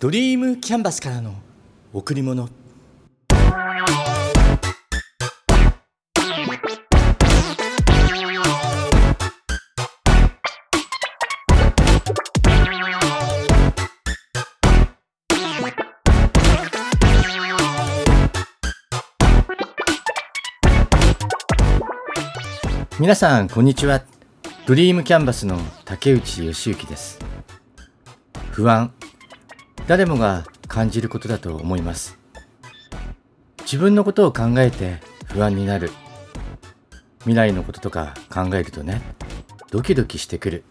ドリームキャンバスからの贈り物。皆さんこんにちは。ドリームキャンバスの竹内義之です。不安、誰もが感じることだと思います。自分のことを考えて不安になる。未来のこととか考えるとね、ドキドキしてくる。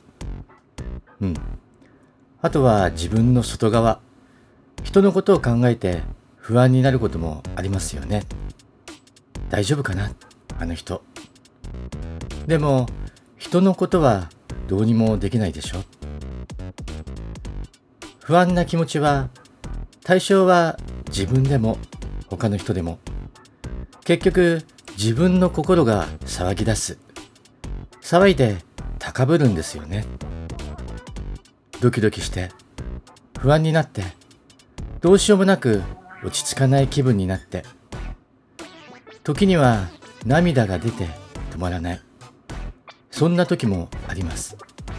あとは自分の外側、人のことを考えて不安になることもありますよね。大丈夫かな、あの人。でも人のことはどうにもできないでしょ。不安な気持ちは対象は自分でも他の人でも、結局自分の心が騒ぎ出す。騒いで高ぶるんですよね。ドキドキして不安になって、どうしようもなく落ち着かない気分になって、時には涙が出て止まらない。そんな時もあります。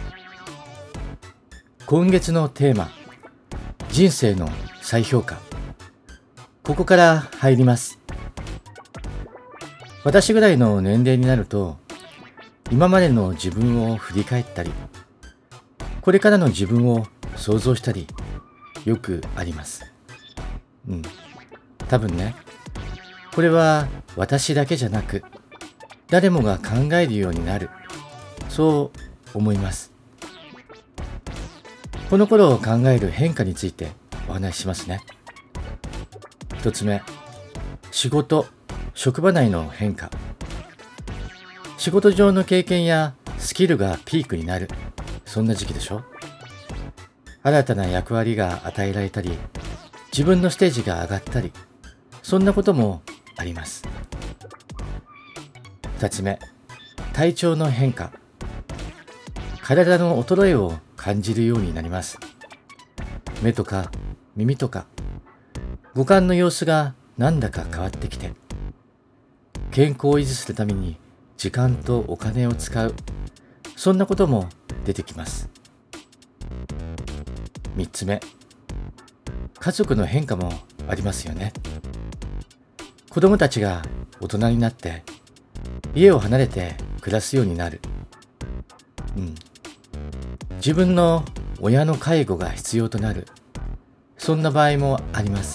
今月のテーマ、人生の再評価。ここから入ります。私ぐらいの年齢になると、今までの自分を振り返ったり、これからの自分を想像したり、よくあります。多分ね、これは私だけじゃなく、誰もが考えるようになる。そう思います。この頃を考える変化についてお話ししますね。一つ目、仕事、職場内の変化。仕事上の経験やスキルがピークになる。そんな時期でしょ。新たな役割が与えられたり、自分のステージが上がったり、そんなこともあります。二つ目、体調の変化。体の衰えを感じるようになります。目とか耳とか五感の様子がなんだか変わってきて、健康を維持するために時間とお金を使う。そんなことも出てきます。三つ目、家族の変化もありますよね。子供たちが大人になって家を離れて暮らすようになる。自分の親の介護が必要となる。そんな場合もあります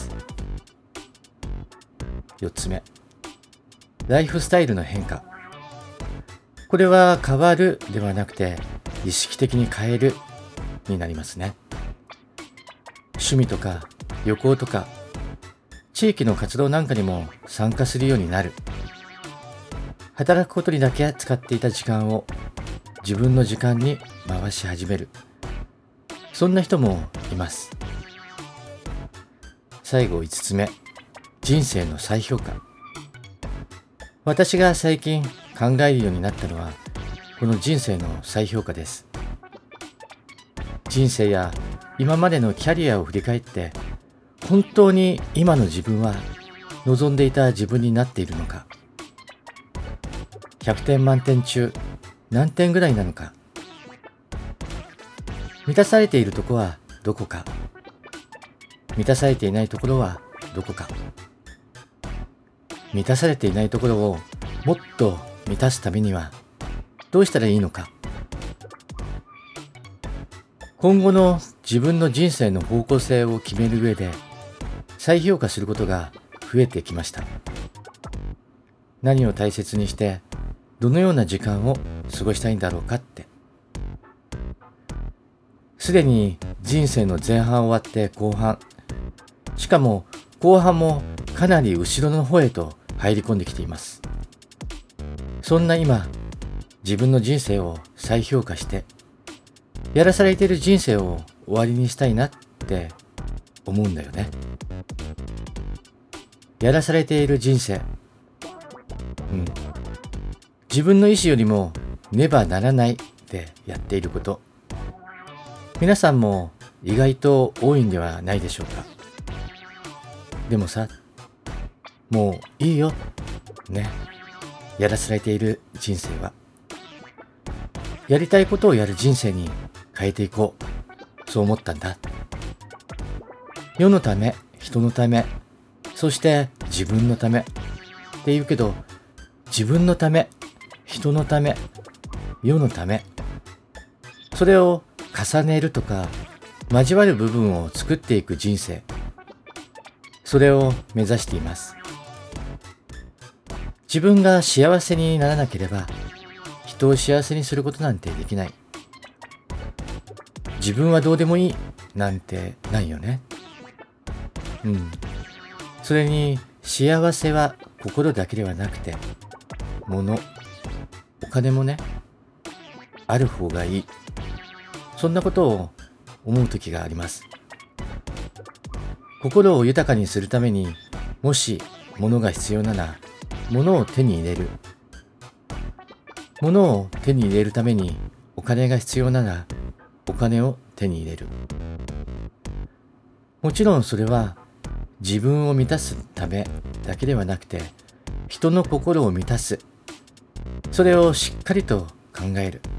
。4つ目、ライフスタイルの変化。これは変わるではなくて、意識的に変えるになりますね。趣味とか旅行とか地域の活動なんかにも参加するようになる。働くことにだけ使っていた時間を自分の時間に回し始める。そんな人もいます。最後5つ目、人生の再評価。私が最近考えるようになったのは、この人生の再評価です。人生や今までのキャリアを振り返って、本当に今の自分は望んでいた自分になっているのか。100点満点中何点ぐらいなのか。満たされているところはどこか。満たされていないところはどこか。満たされていないところをもっと満たすためにはどうしたらいいのか。今後の自分の人生の方向性を決める上で再評価することが増えてきました。何を大切にしてどのような時間を過ごしたいんだろうかって。すでに人生の前半終わって後半、しかも後半もかなり後ろの方へと入り込んできています。そんな今、自分の人生を再評価して、やらされている人生を終わりにしたいなって思うんだよね。やらされている人生。自分の意思よりもねばならないってやっていること。皆さんも意外と多いんではないでしょうか。でもさ、もういいよね。やらされている人生は、やりたいことをやる人生に変えていこう、そう思ったんだ。世のため、人のため、そして自分のためって言うけど、自分のため、人のため、世のため、それを重ねるとか交わる部分を作っていく人生、それを目指しています。自分が幸せにならなければ人を幸せにすることなんてできない。自分はどうでもいいなんてないよね。それに幸せは心だけではなくて、物、お金もね、ある方がいい。そんなことを思う時があります。心を豊かにするために、もし物が必要なら物を手に入れる。物を手に入れるためにお金が必要ならお金を手に入れる。もちろんそれは自分を満たすためだけではなくて、人の心を満たす。それをしっかりと考える。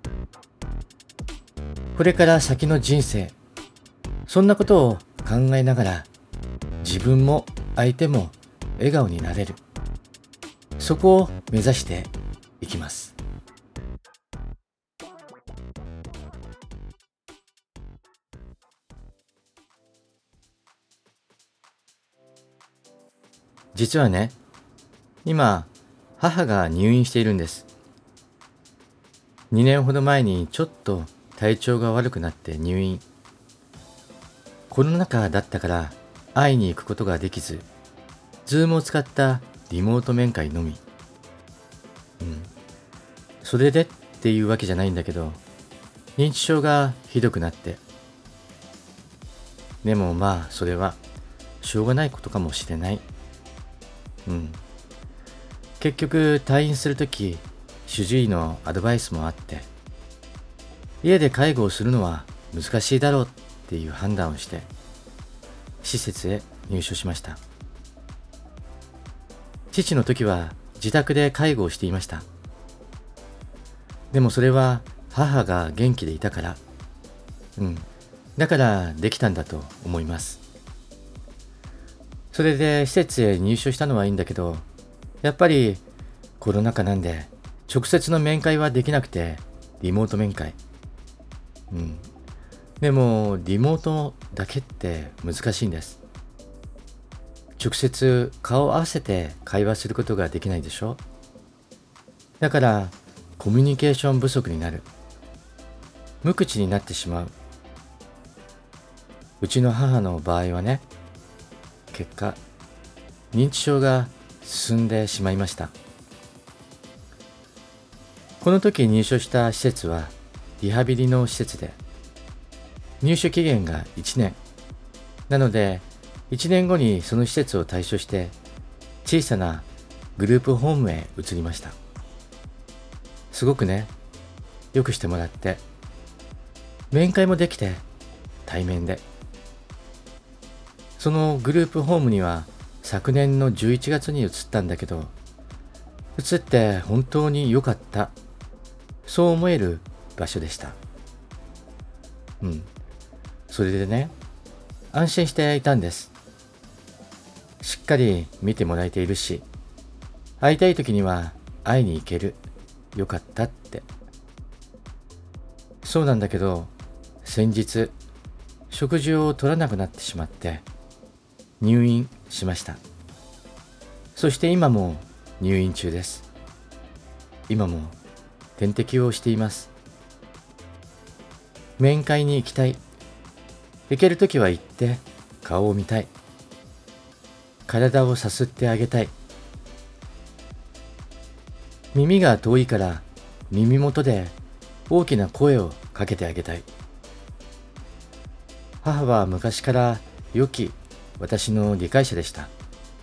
これから先の人生、そんなことを考えながら自分も相手も笑顔になれる。そこを目指していきます。実はね、今母が入院しているんです。2年ほど前にちょっと体調が悪くなって入院。コロナ禍だったから会いに行くことができず、ズームを使ったリモート面会のみ。それでっていうわけじゃないんだけど、認知症がひどくなって。でもまあそれはしょうがないことかもしれない。結局退院するとき、主治医のアドバイスもあって、家で介護をするのは難しいだろうっていう判断をして、施設へ入所しました。父の時は自宅で介護をしていました。でもそれは母が元気でいたから、だからできたんだと思います。それで施設へ入所したのはいいんだけど、やっぱりコロナ禍なんで直接の面会はできなくて、リモート面会。でもリモートだけって難しいんです。直接顔を合わせて会話することができないでしょ。だからコミュニケーション不足になる。無口になってしまう。うちの母の場合はね、結果認知症が進んでしまいました。この時入所した施設はリハビリの施設で、入所期限が1年なので、1年後にその施設を退所して小さなグループホームへ移りました。すごくね、よくしてもらって、面会もできて、対面で。そのグループホームには昨年の11月に移ったんだけど、移って本当に良かった、そう思える場所でした。それでね、安心していたんです。しっかり見てもらえているし、会いたい時には会いに行ける、よかったって。そうなんだけど、先日食事を取らなくなってしまって入院しました。そして今も入院中です。今も点滴をしています。面会に行きたい。行けるときは行って顔を見たい。体をさすってあげたい。耳が遠いから耳元で大きな声をかけてあげたい。母は昔から良き私の理解者でした。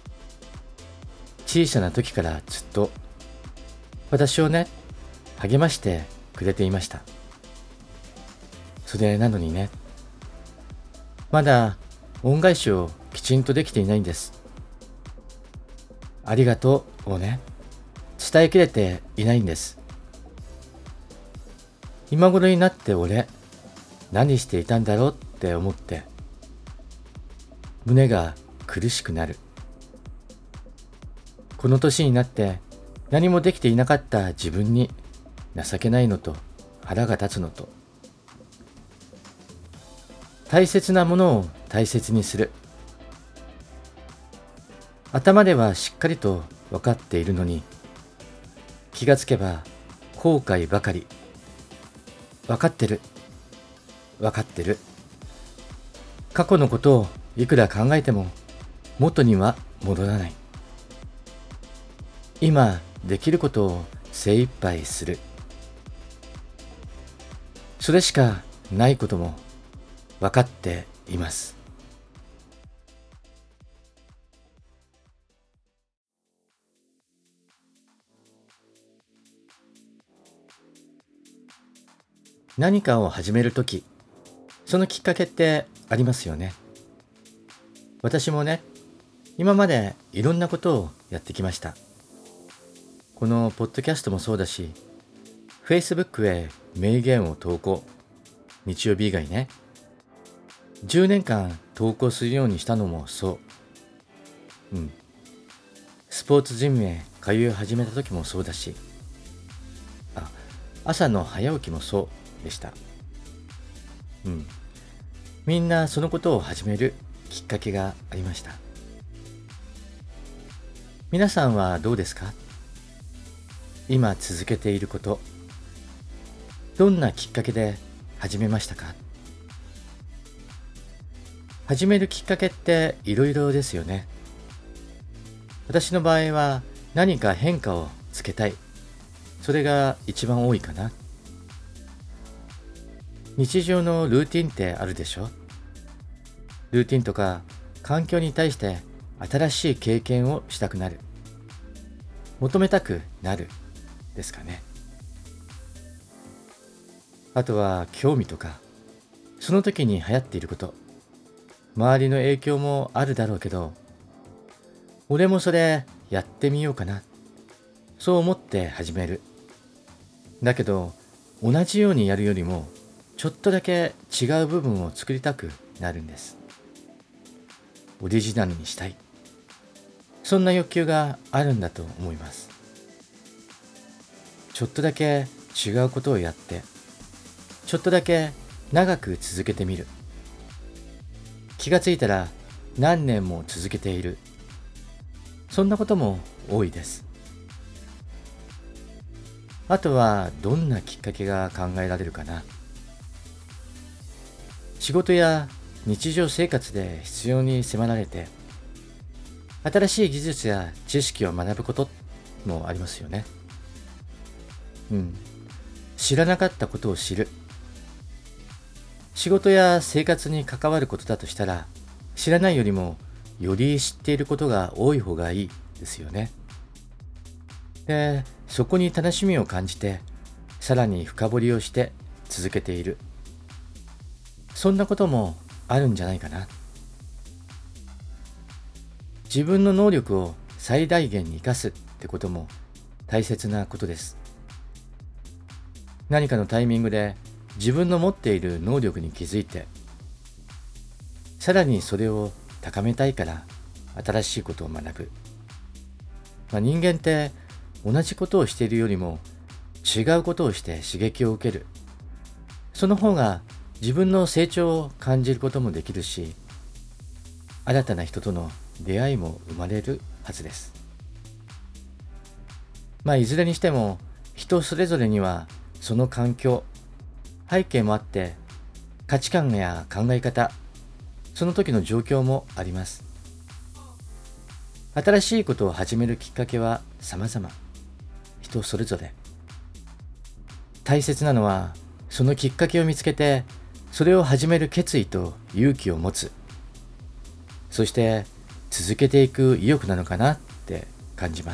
小さな時からずっと私をね、励ましてくれていました。それなのにね、 まだ恩返しをきちんとできていないんです。ありがとうをね、伝えきれていないんです。今頃になって俺、何していたんだろうって思って、胸が苦しくなる。この年になって何もできていなかった自分に情けないのと腹が立つのと、大切なものを大切にする。頭ではしっかりと分かっているのに、気がつけば後悔ばかり。分かってる。分かってる。過去のことをいくら考えても元には戻らない。今できることを精一杯する。それしかないことも分かっています。何かを始めるとき、そのきっかけってありますよね。私もね、今までいろんなことをやってきました。このポッドキャストもそうだし、Facebook へ名言を投稿、日曜日以外ね、10年間投稿するようにしたのもそう。スポーツジムへ通い始めた時もそうだし、朝の早起きもそうでした。みんなそのことを始めるきっかけがありました。皆さんはどうですか？今続けていること、どんなきっかけで始めましたか？始めるきっかけっていろいろですよね。私の場合は何か変化をつけたい。それが一番多いかな。日常のルーティンってあるでしょ？ルーティンとか環境に対して新しい経験をしたくなる。求めたくなるですかね。あとは興味とか、その時に流行っていること、周りの影響もあるだろうけど、俺もそれやってみようかな。そう思って始める。だけど、同じようにやるよりも、ちょっとだけ違う部分を作りたくなるんです。オリジナルにしたい。そんな欲求があるんだと思います。ちょっとだけ違うことをやって、ちょっとだけ長く続けてみる。気がついたら何年も続けている。そんなことも多いです。あとはどんなきっかけが考えられるかな。仕事や日常生活で必要に迫られて、新しい技術や知識を学ぶこともありますよね。知らなかったことを知る。仕事や生活に関わることだとしたら、知らないよりもより知っていることが多い方がいいですよね。で、そこに楽しみを感じて、さらに深掘りをして続けている。そんなこともあるんじゃないかな。自分の能力を最大限に生かすってことも大切なことです。何かのタイミングで自分の持っている能力に気づいて、さらにそれを高めたいから新しいことを学ぶ。人間って同じことをしているよりも違うことをして刺激を受ける。その方が自分の成長を感じることもできるし、新たな人との出会いも生まれるはずです。いずれにしても人それぞれにはその環境、背景もあって、価値観や考え方、その時の状況もあります。新しいことを始めるきっかけは様々、人それぞれ。大切なのは、そのきっかけを見つけて、それを始める決意と勇気を持つ。そして続けていく意欲なのかなって感じます。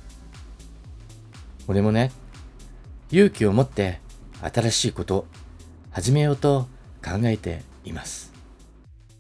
俺もね、勇気を持って新しいことを始めようと考えています。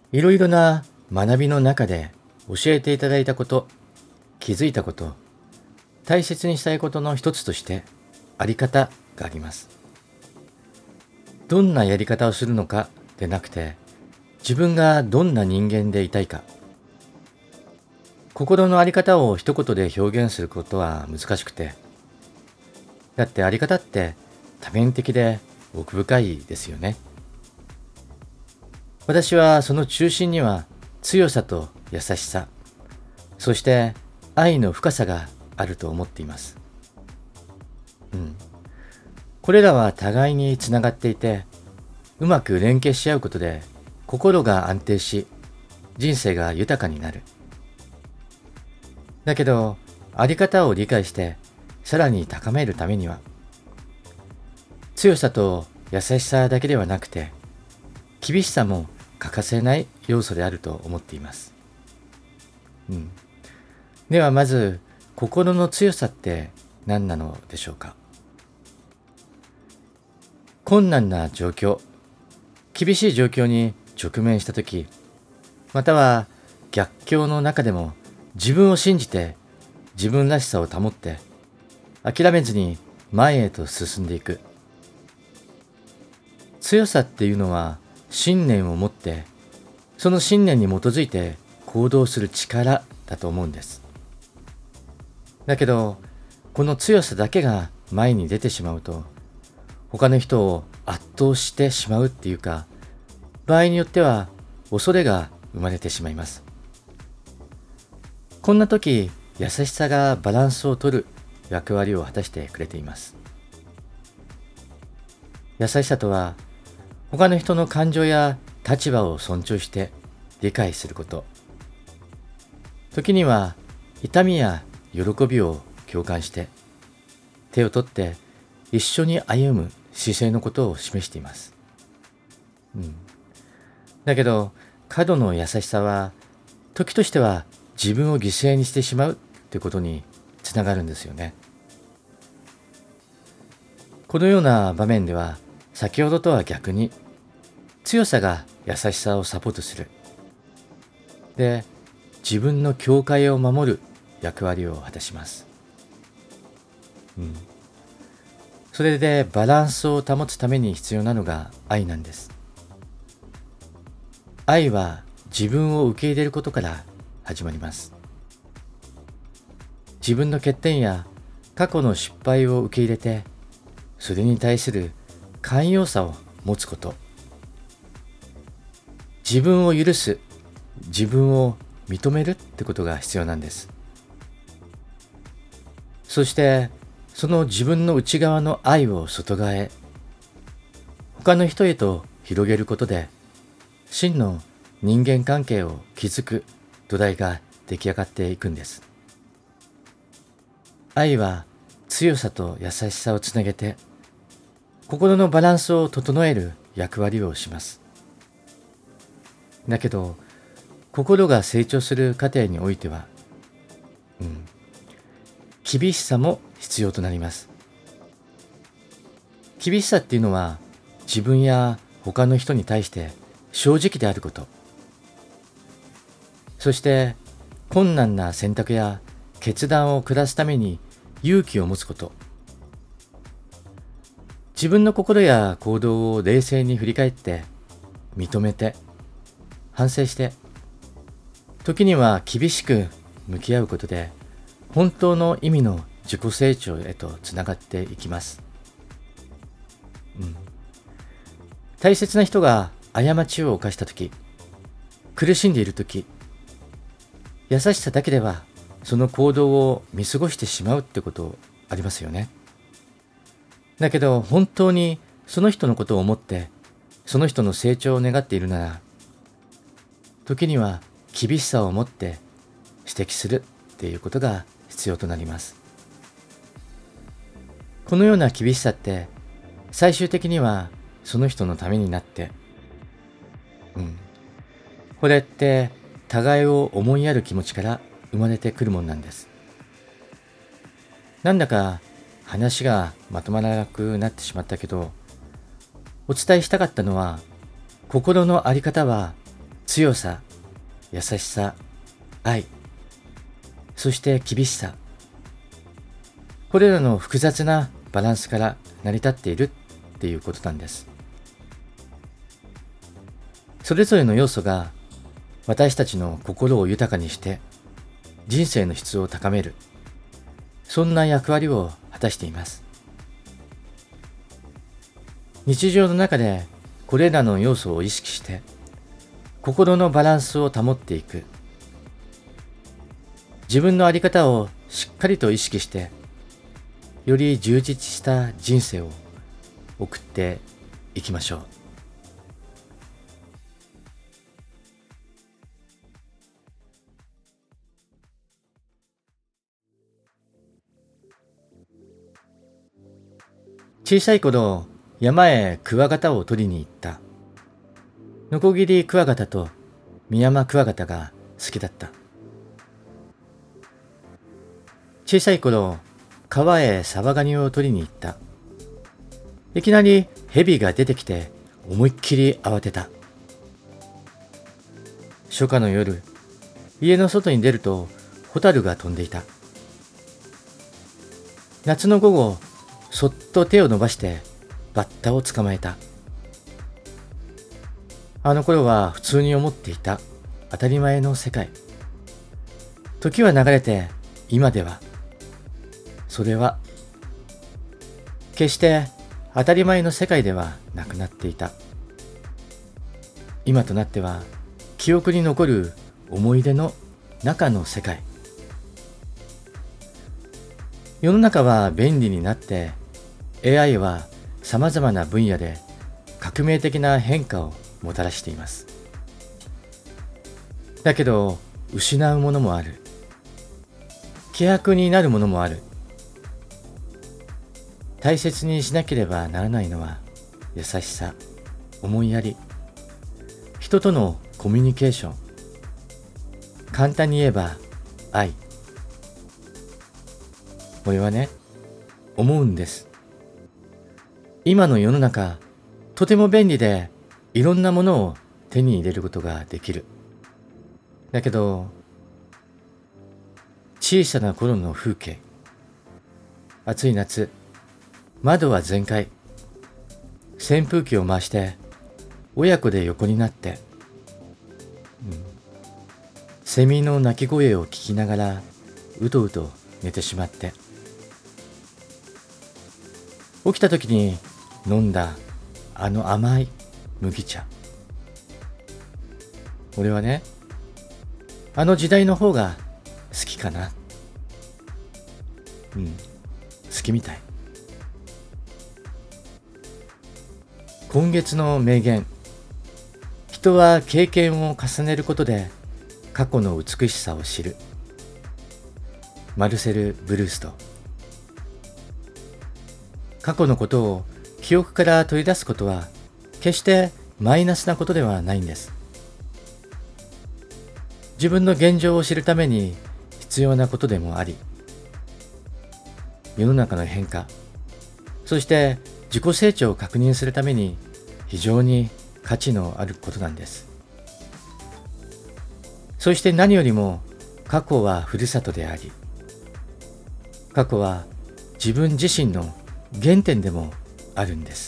いろいろな学びの中で教えていただいたこと、気づいたこと、大切にしたいことの一つとしてあり方があります。どんなやり方をするのかでなくて、自分がどんな人間でいたいか、心のあり方を一言で表現することは難しくて、だってあり方って多面的で奥深いですよね。私はその中心には強さと優しさ、そして愛の深さがあると思っています。これらは互いにつながっていて、うまく連携し合うことで心が安定し、人生が豊かになる。だけど、あり方を理解してさらに高めるためには、強さと優しさだけではなくて、厳しさも欠かせない要素であると思っています。ではまず、心の強さって何なのでしょうか。困難な状況、厳しい状況に直面したとき、または逆境の中でも自分を信じて自分らしさを保って諦めずに前へと進んでいく。強さっていうのは信念を持って、その信念に基づいて行動する力だと思うんです。だけど、この強さだけが前に出てしまうと、他の人を圧倒してしまうっていうか、場合によっては恐れが生まれてしまいます。こんな時、優しさがバランスを取る役割を果たしてくれています。優しさとは、他の人の感情や立場を尊重して理解すること。時には痛みや喜びを共感して手を取って一緒に歩む姿勢のことを示しています。だけど過度の優しさは時としては自分を犠牲にしてしまうってことにつながるんですよね。このような場面では先ほどとは逆に強さが優しさをサポートする。で、自分の境界を守る役割を果たします。それでバランスを保つために必要なのが愛なんです。愛は自分を受け入れることから始まります。自分の欠点や過去の失敗を受け入れて、それに対する寛容さを持つこと。自分を許す、自分を認めるってことが必要なんです。そしてその自分の内側の愛を外側へ、他の人へと広げることで真の人間関係を築く土台が出来上がっていくんです。愛は強さと優しさをつなげて心のバランスを整える役割をします。だけど心が成長する過程においては、厳しさも必要となります。厳しさっていうのは自分や他の人に対して正直であること、そして困難な選択や決断を下すために勇気を持つこと、自分の心や行動を冷静に振り返って認めて反省して、時には厳しく向き合うことで本当の意味の自己成長へとつながっていきます。大切な人が過ちを犯したとき、苦しんでいるとき、優しさだけではその行動を見過ごしてしまうってことありますよね。だけど本当にその人のことを思ってその人の成長を願っているなら、時には厳しさを持って指摘するっていうことが必要となります。このような厳しさって最終的にはその人のためになって、これって互いを思いやる気持ちから生まれてくるもんなんです。なんだか話がまとまらなくなってしまったけど、お伝えしたかったのは、心のあり方は強さ、優しさ、愛、そして厳しさ。これらの複雑なバランスから成り立っているっていうことなんです。それぞれの要素が私たちの心を豊かにして人生の質を高める、そんな役割を果たしています。日常の中でこれらの要素を意識して心のバランスを保っていく。自分の在り方をしっかりと意識してより充実した人生を送っていきましょう。小さい頃、山へクワガタを取りに行った。ノコギリクワガタとミヤマクワガタが好きだった。小さい頃、川へサバガニを取りに行った。いきなりヘビが出てきて思いっきり慌てた。初夏の夜、家の外に出るとホタルが飛んでいた。夏の午後、そっと手を伸ばしてバッタを捕まえた。あの頃は普通に思っていた当たり前の世界。時は流れて今では、それは決して当たり前の世界ではなくなっていた。今となっては記憶に残る思い出の中の世界。世の中は便利になって AI はさまざまな分野で革命的な変化をもたらしています。だけど失うものもある。希薄になるものもある。大切にしなければならないのは優しさ、思いやり、人とのコミュニケーション。簡単に言えば愛。俺はね、思うんです。今の世の中、とても便利でいろんなものを手に入れることができる。だけど、小さな頃の風景、暑い夏、窓は全開、扇風機を回して親子で横になって、セミの鳴き声を聞きながらうとうと寝てしまって、起きた時に飲んだあの甘い麦茶。俺はね、あの時代の方が好きかな。好きみたい。今月の名言。人は経験を重ねることで過去の美しさを知る。マルセル・ブルースト。過去のことを記憶から取り出すことは決してマイナスなことではないんです。自分の現状を知るために必要なことでもあり、世の中の変化、そして自己成長を確認するために非常に価値のあることなんです。そして何よりも過去はふるさとであり、過去は自分自身の原点でもあるんです。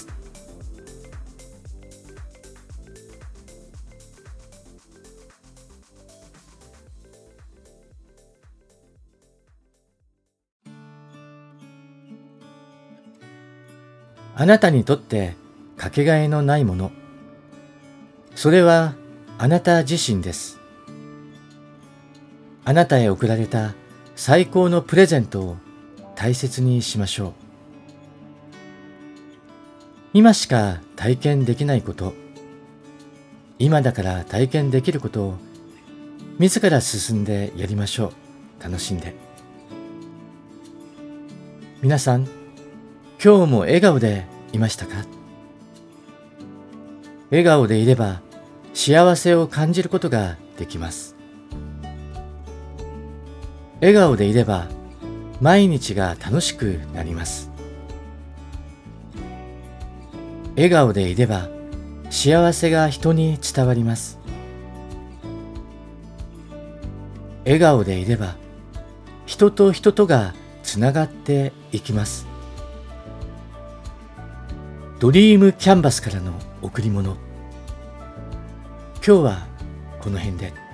あなたにとってかけがえのないもの、それはあなた自身です。あなたへ贈られた最高のプレゼントを大切にしましょう。今しか体験できないこと、今だから体験できることを自ら進んでやりましょう。楽しんで。皆さん、今日も笑顔でいましたか？笑顔でいれば幸せを感じることができます。笑顔でいれば毎日が楽しくなります。笑顔でいれば幸せが人に伝わります。 笑顔でいれば人と人とがつながっていきます。ドリームキャンバスからの贈り物。今日はこの辺で。